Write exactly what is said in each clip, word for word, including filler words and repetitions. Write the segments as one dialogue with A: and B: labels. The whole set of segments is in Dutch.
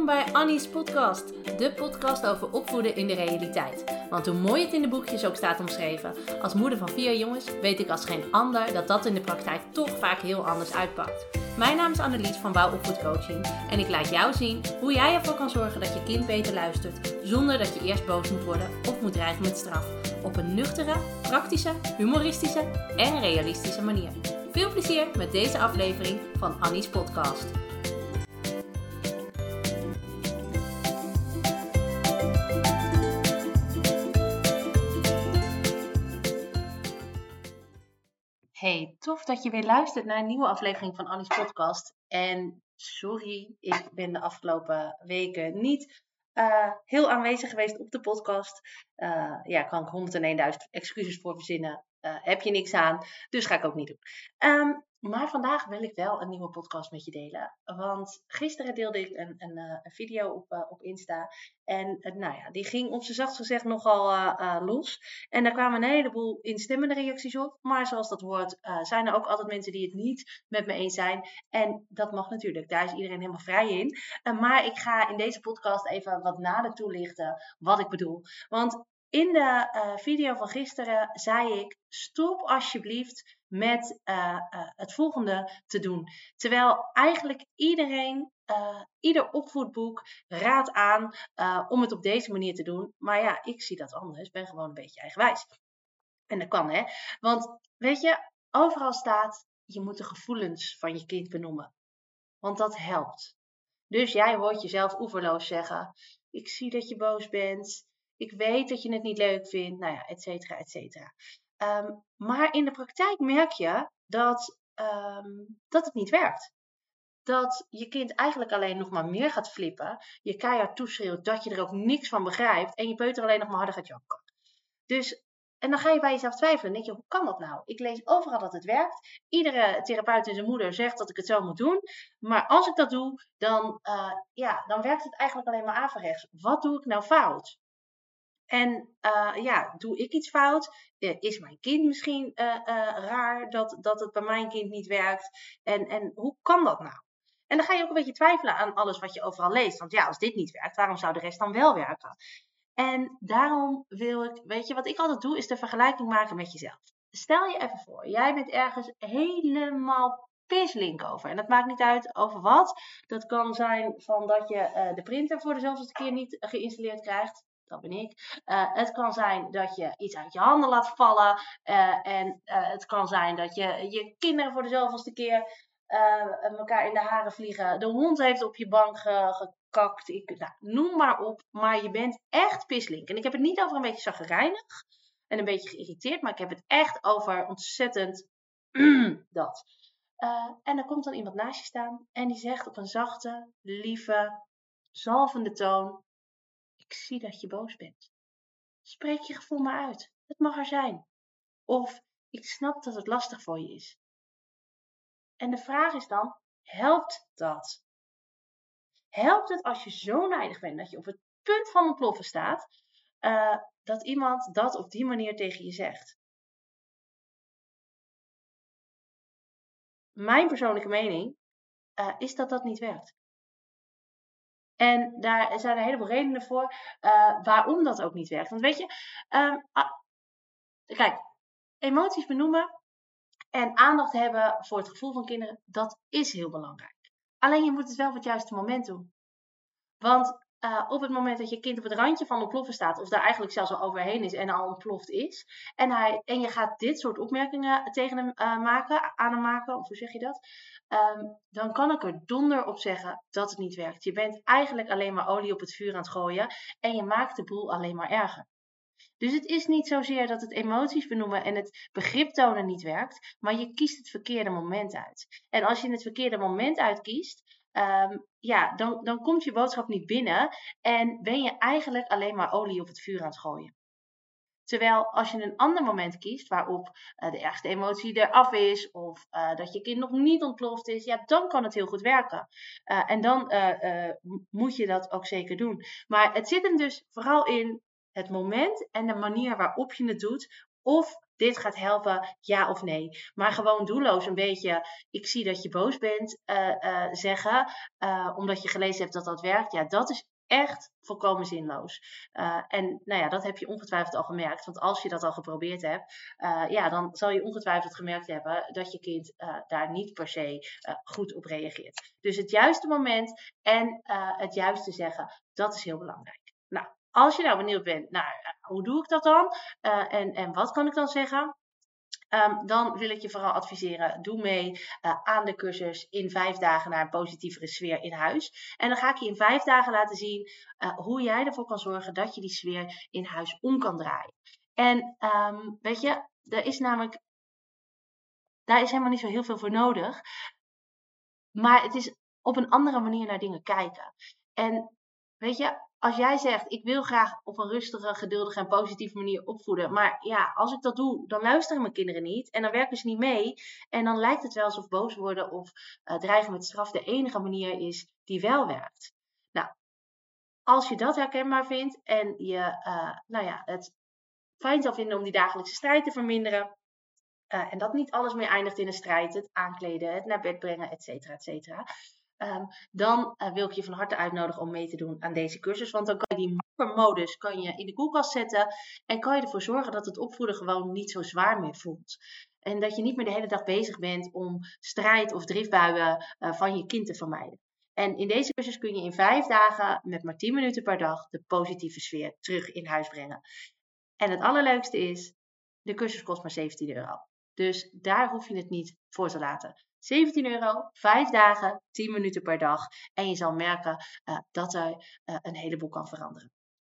A: Welkom bij Annie's podcast, de podcast over opvoeden in de realiteit. Want hoe mooi het in de boekjes ook staat omschreven, als moeder van vier jongens weet ik als geen ander dat dat in de praktijk toch vaak heel anders uitpakt. Mijn naam is Annelies van Wouw Opvoedcoaching en ik laat jou zien hoe jij ervoor kan zorgen dat je kind beter luistert, zonder dat je eerst boos moet worden of moet dreigen met straf. Op een nuchtere, praktische, humoristische en realistische manier. Veel plezier met deze aflevering van Annie's podcast. Hey, tof dat je weer luistert naar een nieuwe aflevering van Annie's podcast. En sorry, ik ben de afgelopen weken niet uh, heel aanwezig geweest op de podcast. Uh, ja, kan ik honderdduizend excuses voor verzinnen. Uh, heb je niks aan, dus ga ik ook niet doen. Um, maar vandaag wil ik wel een nieuwe podcast met je delen. Want gisteren deelde ik een, een, een video op, uh, op Insta. En uh, nou ja, die ging op z'n zachtst gezegd nogal uh, uh, los. En daar kwamen een heleboel instemmende reacties op. Maar zoals dat hoort, uh, zijn er ook altijd mensen die het niet met me eens zijn. En dat mag natuurlijk, daar is iedereen helemaal vrij in. Uh, maar ik ga in deze podcast even wat nader toelichten wat ik bedoel. Want in de uh, video van gisteren zei ik, stop alsjeblieft met uh, uh, het volgende te doen. Terwijl eigenlijk iedereen, uh, ieder opvoedboek raadt aan uh, om het op deze manier te doen. Maar ja, ik zie dat anders. Ik ben gewoon een beetje eigenwijs. En dat kan, hè. Want weet je, overal staat, je moet de gevoelens van je kind benoemen. Want dat helpt. Dus jij hoort jezelf oeverloos zeggen, ik zie dat je boos bent. Ik weet dat je het niet leuk vindt, nou ja, et cetera, et cetera. Um, maar in de praktijk merk je dat, um, dat het niet werkt. Dat je kind eigenlijk alleen nog maar meer gaat flippen. Je keihard toeschreeuwt dat je er ook niks van begrijpt. En je peuter alleen nog maar harder gaat janken. Dus, en dan ga je bij jezelf twijfelen. En denk je, hoe kan dat nou? Ik lees overal dat het werkt. Iedere therapeut en zijn moeder zegt dat ik het zo moet doen. Maar als ik dat doe, dan, uh, ja, dan werkt het eigenlijk alleen maar averechts. Wat doe ik nou fout? En uh, ja, doe ik iets fout? Uh, is mijn kind misschien uh, uh, raar dat, dat het bij mijn kind niet werkt? En, en hoe kan dat nou? En dan ga je ook een beetje twijfelen aan alles wat je overal leest. Want ja, als dit niet werkt, waarom zou de rest dan wel werken? En daarom wil ik, weet je, wat ik altijd doe, is de vergelijking maken met jezelf. Stel je even voor, jij bent ergens helemaal pislink over. En dat maakt niet uit over wat. Dat kan zijn van dat je uh, de printer voor de zoveelste keer niet geïnstalleerd krijgt. Dat ben ik. Uh, het kan zijn dat je iets uit je handen laat vallen. Uh, en uh, het kan zijn dat je je kinderen voor de zoveelste keer uh, elkaar in de haren vliegen. De hond heeft op je bank ge- gekakt. Ik, nou, noem maar op. Maar je bent echt pislink. En ik heb het niet over een beetje chagrijnig. En een beetje geïrriteerd. Maar ik heb het echt over ontzettend dat. Uh, en dan komt dan iemand naast je staan. En die zegt op een zachte, lieve, zalvende toon. Ik zie dat je boos bent. Spreek je gevoel maar uit. Het mag er zijn. Of, ik snap dat het lastig voor je is. En de vraag is dan, helpt dat? Helpt het als je zo nijdig bent, dat je op het punt van ontploffen staat, uh, dat iemand dat op die manier tegen je zegt? Mijn persoonlijke mening uh, is dat dat niet werkt. En daar zijn er een heleboel redenen voor uh, waarom dat ook niet werkt. Want weet je, um, ah, kijk, emoties benoemen en aandacht hebben voor het gevoel van kinderen, dat is heel belangrijk. Alleen je moet het wel op het juiste moment doen. Want uh, op het moment dat je kind op het randje van ontploffen staat, of daar eigenlijk zelfs al overheen is en al ontploft is, en, hij, en je gaat dit soort opmerkingen tegen hem uh, maken, aan hem maken, of hoe zeg je dat? Um, dan kan ik er donder op zeggen dat het niet werkt. Je bent eigenlijk alleen maar olie op het vuur aan het gooien en je maakt de boel alleen maar erger. Dus het is niet zozeer dat het emoties benoemen en het begrip tonen niet werkt, maar je kiest het verkeerde moment uit. En als je het verkeerde moment uitkiest, um, ja, dan, dan komt je boodschap niet binnen en ben je eigenlijk alleen maar olie op het vuur aan het gooien. Terwijl als je een ander moment kiest waarop uh, de ergste emotie eraf is of uh, dat je kind nog niet ontploft is, ja, dan kan het heel goed werken. Uh, en dan uh, uh, moet je dat ook zeker doen. Maar het zit hem dus vooral in het moment en de manier waarop je het doet. Of dit gaat helpen, ja of nee. Maar gewoon doelloos een beetje, ik zie dat je boos bent, uh, uh, zeggen, uh, omdat je gelezen hebt dat dat werkt. Ja, dat is echt volkomen zinloos. Uh, en nou ja, dat heb je ongetwijfeld al gemerkt. Want als je dat al geprobeerd hebt, uh, ja, dan zal je ongetwijfeld gemerkt hebben dat je kind uh, daar niet per se uh, goed op reageert. Dus het juiste moment en uh, het juiste zeggen, dat is heel belangrijk. Nou, als je nou benieuwd bent, nou, hoe doe ik dat dan? Uh, en, en wat kan ik dan zeggen? Um, dan wil ik je vooral adviseren, doe mee uh, aan de cursus in vijf dagen naar een positievere sfeer in huis. En dan ga ik je in vijf dagen laten zien uh, hoe jij ervoor kan zorgen dat je die sfeer in huis om kan draaien. En um, weet je, er is namelijk, daar is helemaal niet zo heel veel voor nodig. Maar het is op een andere manier naar dingen kijken. En weet je, als jij zegt, ik wil graag op een rustige, geduldige en positieve manier opvoeden. Maar ja, als ik dat doe, dan luisteren mijn kinderen niet. En dan werken ze niet mee. En dan lijkt het wel alsof boos worden of uh, dreigen met straf de enige manier is die wel werkt. Nou, als je dat herkenbaar vindt en je uh, nou ja, het fijn zou vinden om die dagelijkse strijd te verminderen. Uh, en dat niet alles meer eindigt in een strijd. Het aankleden, het naar bed brengen, et cetera, et cetera. Um, dan uh, wil ik je van harte uitnodigen om mee te doen aan deze cursus. Want dan kan je die modus kan je in de koelkast zetten. En kan je ervoor zorgen dat het opvoeden gewoon niet zo zwaar meer voelt. En dat je niet meer de hele dag bezig bent om strijd of driftbuien uh, van je kind te vermijden. En in deze cursus kun je in vijf dagen met maar tien minuten per dag de positieve sfeer terug in huis brengen. En het allerleukste is, de cursus kost maar zeventien euro. Dus daar hoef je het niet voor te laten. zeventien euro, vijf dagen, tien minuten per dag. En je zal merken uh, dat er uh, een heleboel kan veranderen.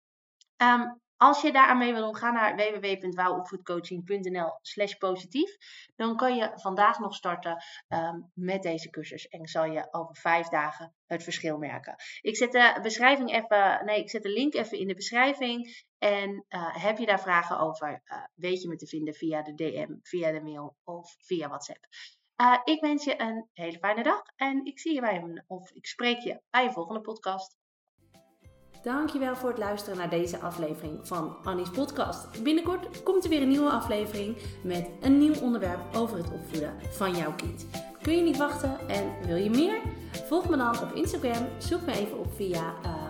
A: Um, als je daaraan mee wil doen, ga naar w w w punt wouwopvoedcoaching punt n l slash positief. Dan kan je vandaag nog starten um, met deze cursus. En zal je over vijf dagen het verschil merken. Ik zet de beschrijving even, nee, ik zet de link even in de beschrijving. En uh, heb je daar vragen over, uh, weet je me te vinden via de D M, via de mail of via WhatsApp. Uh, ik wens je een hele fijne dag en ik zie je bij een, of ik spreek je bij je volgende podcast. Dankjewel voor het luisteren naar deze aflevering van Annie's podcast. Binnenkort komt er weer een nieuwe aflevering met een nieuw onderwerp over het opvoeden van jouw kind. Kun je niet wachten en wil je meer? Volg me dan op Instagram. Zoek me even op via uh,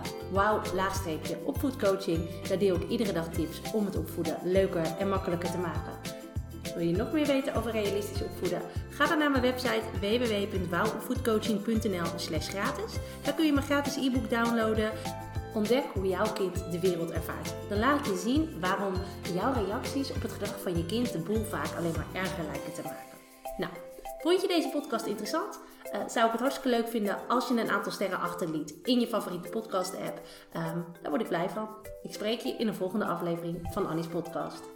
A: wauw-opvoedcoaching. Daar deel ik iedere dag tips om het opvoeden leuker en makkelijker te maken. Wil je nog meer weten over realistisch opvoeden? Ga dan naar mijn website w w w punt wauwopvoedcoaching punt n l slash gratis. Daar kun je mijn gratis e-book downloaden. Ontdek hoe jouw kind de wereld ervaart. Dan laat ik je zien waarom jouw reacties op het gedrag van je kind de boel vaak alleen maar erger lijken te maken. Nou, vond je deze podcast interessant? Uh, zou ik het hartstikke leuk vinden als je een aantal sterren achterliet in je favoriete podcast app. Um, daar word ik blij van. Ik spreek je in een volgende aflevering van Annie's podcast.